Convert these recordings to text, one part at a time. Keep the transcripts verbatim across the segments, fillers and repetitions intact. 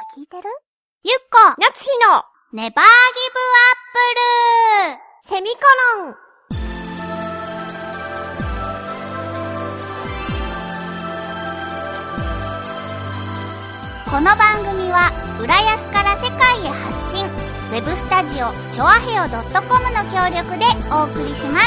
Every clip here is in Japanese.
聞いてる？ゆっこ夏日のネバーギブアップルセミコロン。 この番組は浦安から世界へ発信、ウェブスタジオチョアヘオ .com の協力でお送りします。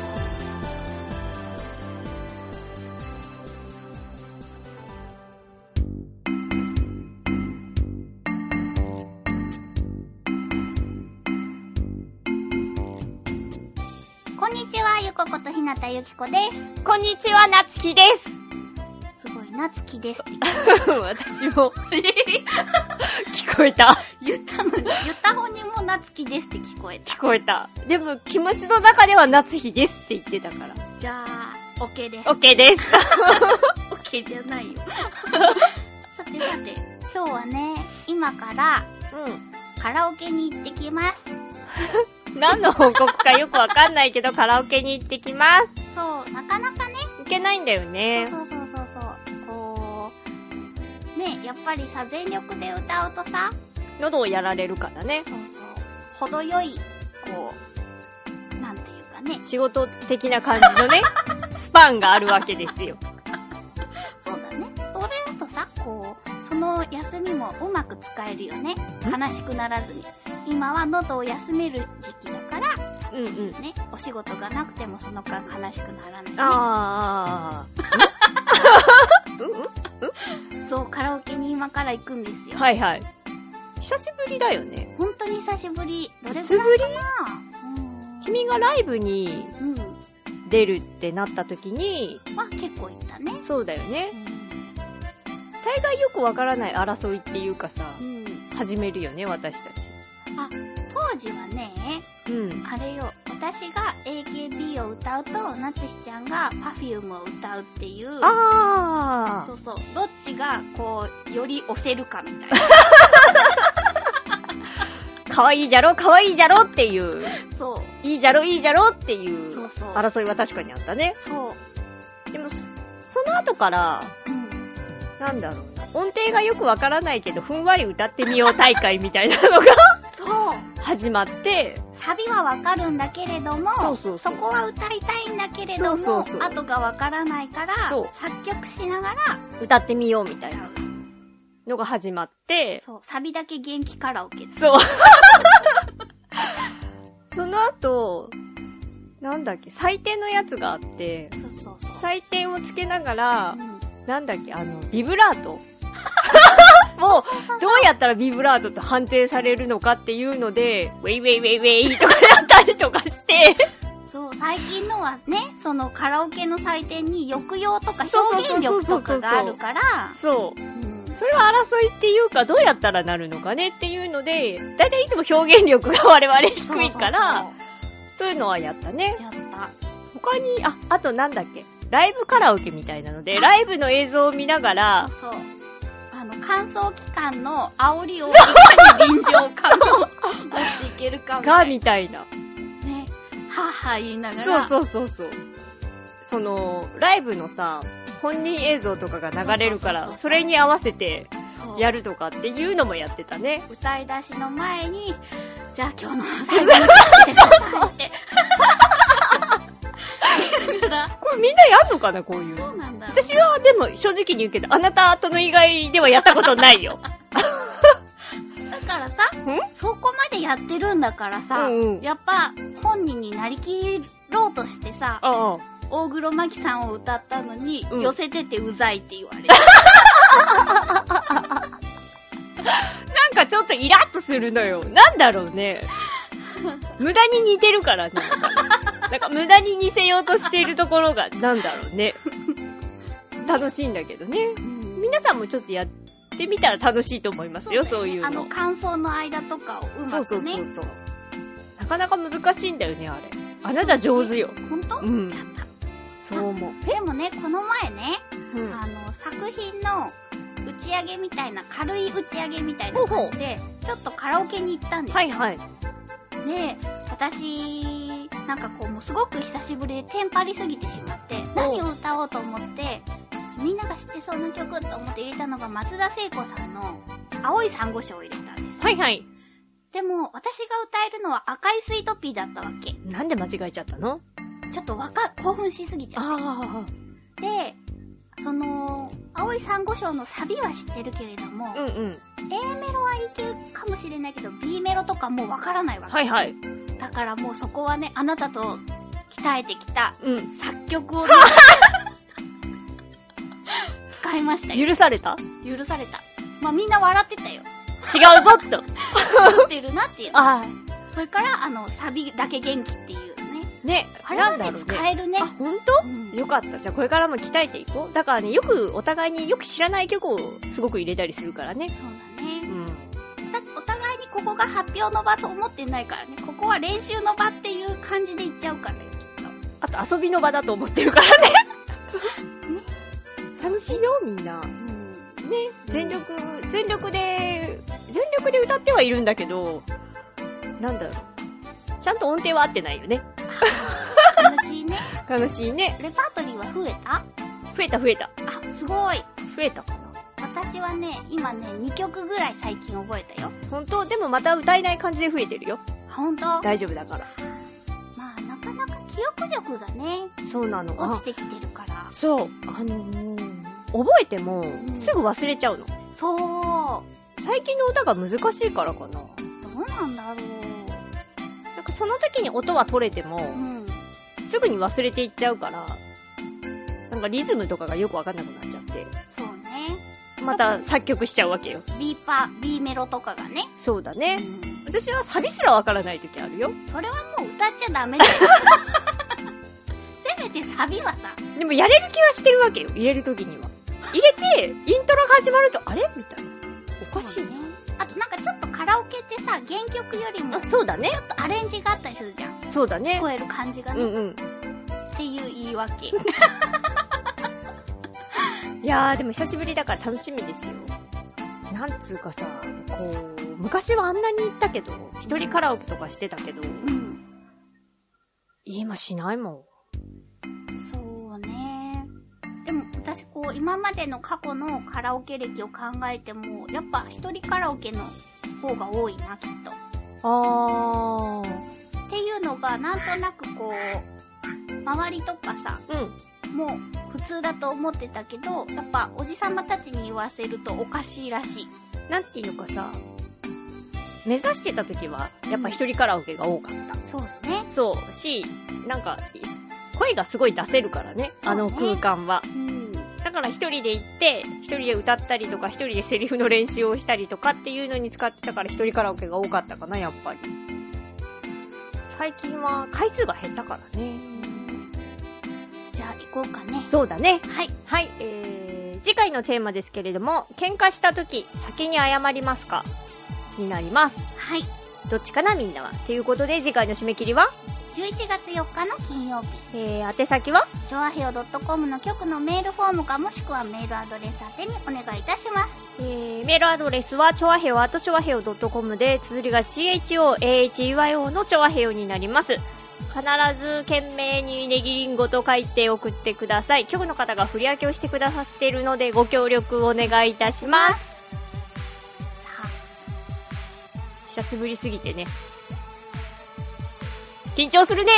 こんにちは、ゆこことひなたゆきこです。 こんにちは、なつきです。 すごい、なつきですって言った私も聞こえた。 言ったのに、言った方にもなつきですって聞こえた。 聞こえた。でも気持ちの中では夏日ですって言ってたから。 じゃあ、OK です。 OK です。 OK じゃないよ。さてさて、今日はね、今からうん。 カラオケに行ってきます。 何の報告かよくわかんないけど、カラオケに行ってきます。 そう、なかなかね。 行けないんだよね。 そうそうそうそうそう。こう、ね、やっぱりさ、全力で歌うとさ、 喉をやられるからね。 そうそう。程よい、こう、なんていうかね。 仕事的な感じのね、スパンがあるわけですよ。 そうだね。それだとさ、こう、その休みもうまく使えるよね。悲しくならずに。今は喉を休める時期だから、 うんうん。 ね、お仕事がなくてもその間悲しくならないね。 あー。うんうんうんそう、カラオケに今から行くんですよ。 はいはい。久しぶりだよね。 本当に久しぶり。どれぐらいいつぶり？ かな？うん、 君がライブに出るってなった時に、 うん、まあ結構行ったね。 そうだよね。 うん、 大概よくわからない争いっていうかさ、 うん、 始めるよね、私たち。 あ、当時はね、 うん。 あれよ、私が エーケービー を歌うと、なつひちゃんが Perfume を歌うっていう。 あー。 そうそう。どっちが、こう、より押せるかみたいな。 かわいいじゃろ、かわいいじゃろっていう。 そう。 いいじゃろ、いいじゃろっていう。 そうそう。 争いは確かにあったね。 そう。 でも、その後から、 うん。 なんだろうな。音程がよくわからないけど、ふんわり歌ってみよう大会みたいなのがそう。 始まって、 サビはわかるんだけれども、 そうそうそう。 そこは歌いたいんだけれども、 そうそうそう。 後がわからないから、 そう。 作曲しながら、 歌ってみようみたいなのが始まって、 そう。サビだけ元気カラオケです。 そう。その後、なんだっけ、採点のやつがあって、 そうそうそう。 採点をつけながら、 うん、 なんだっけ、あの、ビブラートもう、どうやったらビブラートと判定されるのかっていうので、ウェイウェイウェイウェイとかやったりとかして、 そう、最近のはね、そのカラオケの採点に抑揚とか表現力とかがあるから、 そう。 うん、 それは争いっていうか、どうやったらなるのかねっていうので、だいたいいつも表現力が我々低いから、そうそうそう、そういうのはやったね。 やった。 他に、あ、あとなんだっけ、ライブカラオケみたいなので、ライブの映像を見ながら、 そうそう。あの、乾燥期間の煽りをいかに臨場感を持っていけるかみたいな。 が、みたいな。 ね。はぁはぁ言いながら。 そうそうそうそう。その、ライブのさ、本人映像とかが流れるから、そうそうそうそう、それに合わせてやるとかっていうのもやってたね。 歌い出しの前に、じゃあ今日の最後に聞いてくださいって。 これみんなやんのかな、こういうの。 そうなんだ。 私はでも正直に言うけど、あなたとの以外ではやったことないよ。 だからさ、そこまでやってるんだからさ、うんうん、やっぱ本人になりきろうとしてさ、ああ、大黒摩季さんを歌ったのに、うん、寄せててうざいって言われる。 なんかちょっとイラッとするのよ。なんだろうね。無駄に似てるからね。なんか無駄に似せようとしているところがなんだろうね。楽しいんだけどね。うん、皆さんもちょっとやってみたら楽しいと思いますよ、そう、ね、そういうの。 あの感想の間とかをうまくね。そうそうそうそう。 なかなか難しいんだよね、あれ。あなた上手よ。 本当？ うん。 やった。 そう思う。 でもね、この前ね、 うん、 あの作品の打ち上げみたいな、軽い打ち上げみたいな感じで、ほうほう、ちょっとカラオケに行ったんですよ。 はいはい。 で、私、なんかこう、もうすごく久しぶりでテンパりすぎてしまって、何を歌おうと思って、みんなが知ってそうな曲と思って入れたのが松田聖子さんの青いサンゴ礁を入れたんです。 はいはい。 でも、私が歌えるのは赤いスイートピーだったわけ。 なんで間違えちゃったの？ ちょっとわか、興奮しすぎちゃって。 あで、その、青いサンゴ礁のサビは知ってるけれども、 うんうん。 A メロはいけるかもしれないけど、B メロとかもうわからないわけ。 はいはい。 だからもうそこはね、あなたと鍛えてきた、作曲を、ね、使いましたよ。 許された？ 許された。まあ、みんな笑ってたよ。 違うぞっと。 作ってるなっていう。 ああ。 それから、あの、サビだけ元気っていうね。 ね。 あれはね、使えるね。 あ、ほんと？うん、よかった。じゃあこれからも鍛えていこう。だからね、よく、お互いによく知らない曲をすごく入れたりするからね。 そうだね。うん。だお互いにここが発表の場と思ってないからね。ここは練習の場っていう感じで言っちゃうからよ、きっと。 あと遊びの場だと思ってるからね。ね。楽しいよ、みんな。うん。ね。全力、全力で、全力で歌ってはいるんだけど、なんだろう。ちゃんと音程は合ってないよね。 悲しいね。 悲しいね。 レパートリーは増えた？ 増えた増えた。 あ、すごい。 増えたかな。 私はね、今ね、にきょくぐらい最近覚えたよ。 ほんと？でもまた歌えない感じで増えてるよ。 ほんと？ 大丈夫だから。 まあ、なかなか記憶力がね、 そうなの。 落ちてきてるから。 そう。あのー、覚えても、すぐ忘れちゃうの。 うん、そう。 最近の歌が難しいからかな。 どうなんだろう。 なんかその時に音は取れても、うん、すぐに忘れていっちゃうから、なんかリズムとかがよくわかんなくなっちゃって。 そうね。 また作曲しちゃうわけよ。 B パ、B メロとかがね。 そうだね。うん、私はサビすらわからない時あるよ。 それはもう歌っちゃダメだよ。せめてサビはさ。 でもやれる気はしてるわけよ。入れる時には。入れて、イントロが始まると、あれみたいな。おかしいね。 あとなんかちょっとカラオケってさ、原曲よりも、 そうだね。 ちょっとアレンジがあったりするじゃん。 そうだね。 聞こえる感じがね。 うんうん。 っていう言い訳。いやー、でも久しぶりだから楽しみですよ。なんつうかさ、こう、昔はあんなに行ったけど、一人カラオケとかしてたけど、うん。今しないもん。 そうね。でも私こう今までの過去のカラオケ歴を考えてもやっぱ一人カラオケの方が多いな、きっと。 あー。 っていうのがなんとなくこう周りとかさ、うん、もう普通だと思ってたけど、やっぱおじさまたちに言わせるとおかしいらしい。 なんていうかさ、目指してた時はやっぱ一人カラオケが多かった。 そうね。 そうし、なんか声がすごい出せるからね、あの空間は。うん、だから一人で行って、一人で歌ったりとか、一人でセリフの練習をしたりとかっていうのに使ってたから一人カラオケが多かったかな、やっぱり。最近は回数が減ったからね。 じゃあ行こうかね。 そうだね。 はい。 はい、えー、次回のテーマですけれども、喧嘩した時、先に謝りますかになります。 はい。 どっちかな、みんなは。ということで、次回の締め切りはじゅういちがつよっかの金曜日。 えー、宛先はチョアヘオ .com の局のメールフォームかもしくはメールアドレス宛てにお願いいたします。 えー、メールアドレスはチョアヘオ at チョアヘオ .com で、綴りが チョアヘオ のチョアヘオになります。必ず懸命にネギリンゴと書いて送ってください。局の方が振り分けをしてくださっているのでご協力お願いいたします。さあ、久しぶりすぎてね、緊張するね。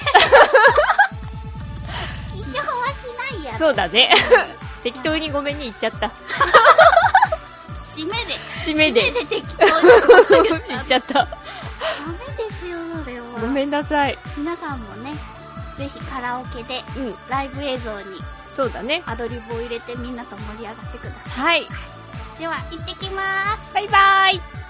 緊張はしないや。 そうだね。適当にごめんに言っちゃった。 締めで。 締めで。 締めで適当に言っちゃった。ダメですよ、それは。 ごめんなさい。 皆さんもね、ぜひカラオケで、うん、ライブ映像に、 そうだね。 アドリブを入れてみんなと盛り上がってください。 はい。 では、行ってきまーす。 バイバーイ。